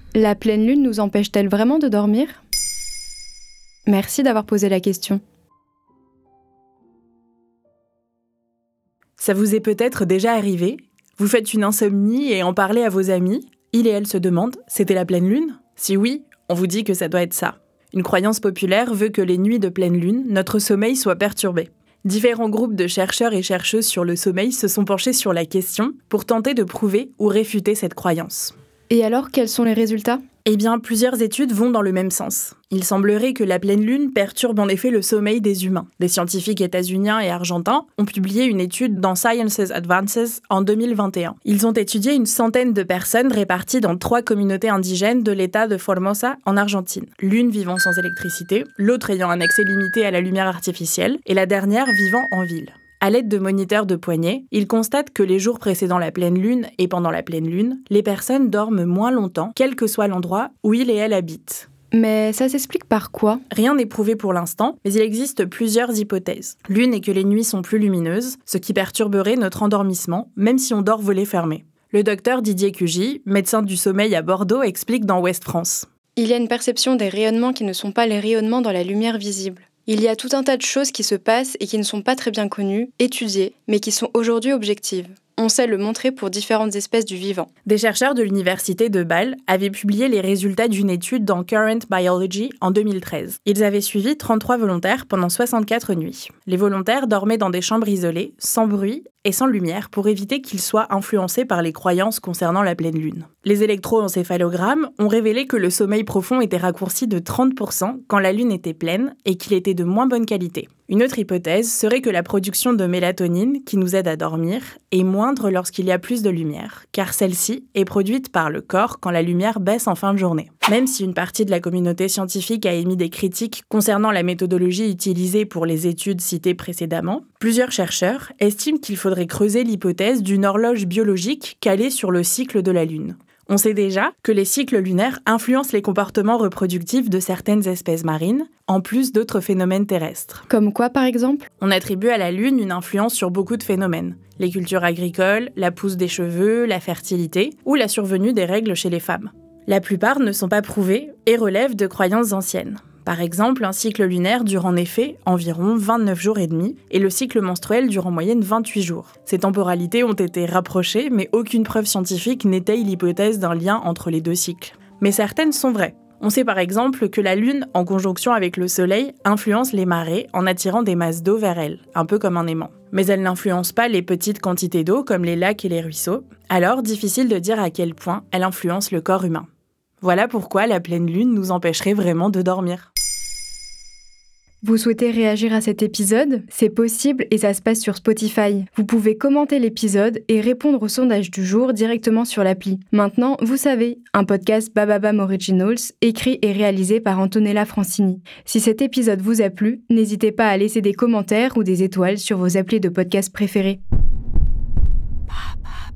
La pleine lune nous empêche-t-elle vraiment de dormir ? Merci d'avoir posé la question. Ça vous est peut-être déjà arrivé ? Vous faites une insomnie et en parlez à vos amis ? Il et elle se demandent, c'était la pleine lune ? Si oui, on vous dit que ça doit être ça. Une croyance populaire veut que les nuits de pleine lune, notre sommeil soit perturbé. Différents groupes de chercheurs et chercheuses sur le sommeil se sont penchés sur la question pour tenter de prouver ou réfuter cette croyance. Et alors, quels sont les résultats ? Eh bien, plusieurs études vont dans le même sens. Il semblerait que la pleine lune perturbe en effet le sommeil des humains. Des scientifiques états-uniens et argentins ont publié une étude dans Sciences Advances en 2021. Ils ont étudié une centaine de personnes réparties dans 3 communautés indigènes de l'état de Formosa en Argentine. L'une vivant sans électricité, l'autre ayant un accès limité à la lumière artificielle et la dernière vivant en ville. À l'aide de moniteurs de poignet, ils constatent que les jours précédant la pleine lune et pendant la pleine lune, les personnes dorment moins longtemps, quel que soit l'endroit où ils et elles habitent. Mais ça s'explique par quoi ? Rien n'est prouvé pour l'instant, mais il existe plusieurs hypothèses. L'une est que les nuits sont plus lumineuses, ce qui perturberait notre endormissement, même si on dort volets fermés. Le docteur Didier Cugy, médecin du sommeil à Bordeaux, explique dans Ouest France. Il y a une perception des rayonnements qui ne sont pas les rayonnements dans la lumière visible. Il y a tout un tas de choses qui se passent et qui ne sont pas très bien connues, étudiées, mais qui sont aujourd'hui objectives. On sait le montrer pour différentes espèces du vivant. Des chercheurs de l'université de Bâle avaient publié les résultats d'une étude dans Current Biology en 2013. Ils avaient suivi 33 volontaires pendant 64 nuits. Les volontaires dormaient dans des chambres isolées, sans bruit et sans lumière pour éviter qu'ils soient influencés par les croyances concernant la pleine lune. Les électroencéphalogrammes ont révélé que le sommeil profond était raccourci de 30% quand la lune était pleine et qu'il était de moins bonne qualité. Une autre hypothèse serait que la production de mélatonine, qui nous aide à dormir, est moindre lorsqu'il y a plus de lumière, car celle-ci est produite par le corps quand la lumière baisse en fin de journée. Même si une partie de la communauté scientifique a émis des critiques concernant la méthodologie utilisée pour les études citées précédemment, plusieurs chercheurs estiment qu'il faudrait creuser l'hypothèse d'une horloge biologique calée sur le cycle de la Lune. On sait déjà que les cycles lunaires influencent les comportements reproductifs de certaines espèces marines, en plus d'autres phénomènes terrestres. Comme quoi, par exemple ? On attribue à la Lune une influence sur beaucoup de phénomènes. Les cultures agricoles, la pousse des cheveux, la fertilité ou la survenue des règles chez les femmes. La plupart ne sont pas prouvés et relèvent de croyances anciennes. Par exemple, un cycle lunaire dure en effet environ 29 jours et demi et le cycle menstruel dure en moyenne 28 jours. Ces temporalités ont été rapprochées, mais aucune preuve scientifique n'étaye l'hypothèse d'un lien entre les deux cycles. Mais certaines sont vraies. On sait par exemple que la Lune, en conjonction avec le Soleil, influence les marées en attirant des masses d'eau vers elle, un peu comme un aimant. Mais elle n'influence pas les petites quantités d'eau comme les lacs et les ruisseaux, alors difficile de dire à quel point elle influence le corps humain. Voilà pourquoi la pleine Lune nous empêcherait vraiment de dormir. Vous souhaitez réagir à cet épisode ? C'est possible et ça se passe sur Spotify. Vous pouvez commenter l'épisode et répondre au sondage du jour directement sur l'appli. Maintenant, vous savez, un podcast Bababam Originals, écrit et réalisé par Antonella Francini. Si cet épisode vous a plu, n'hésitez pas à laisser des commentaires ou des étoiles sur vos applis de podcast préférés.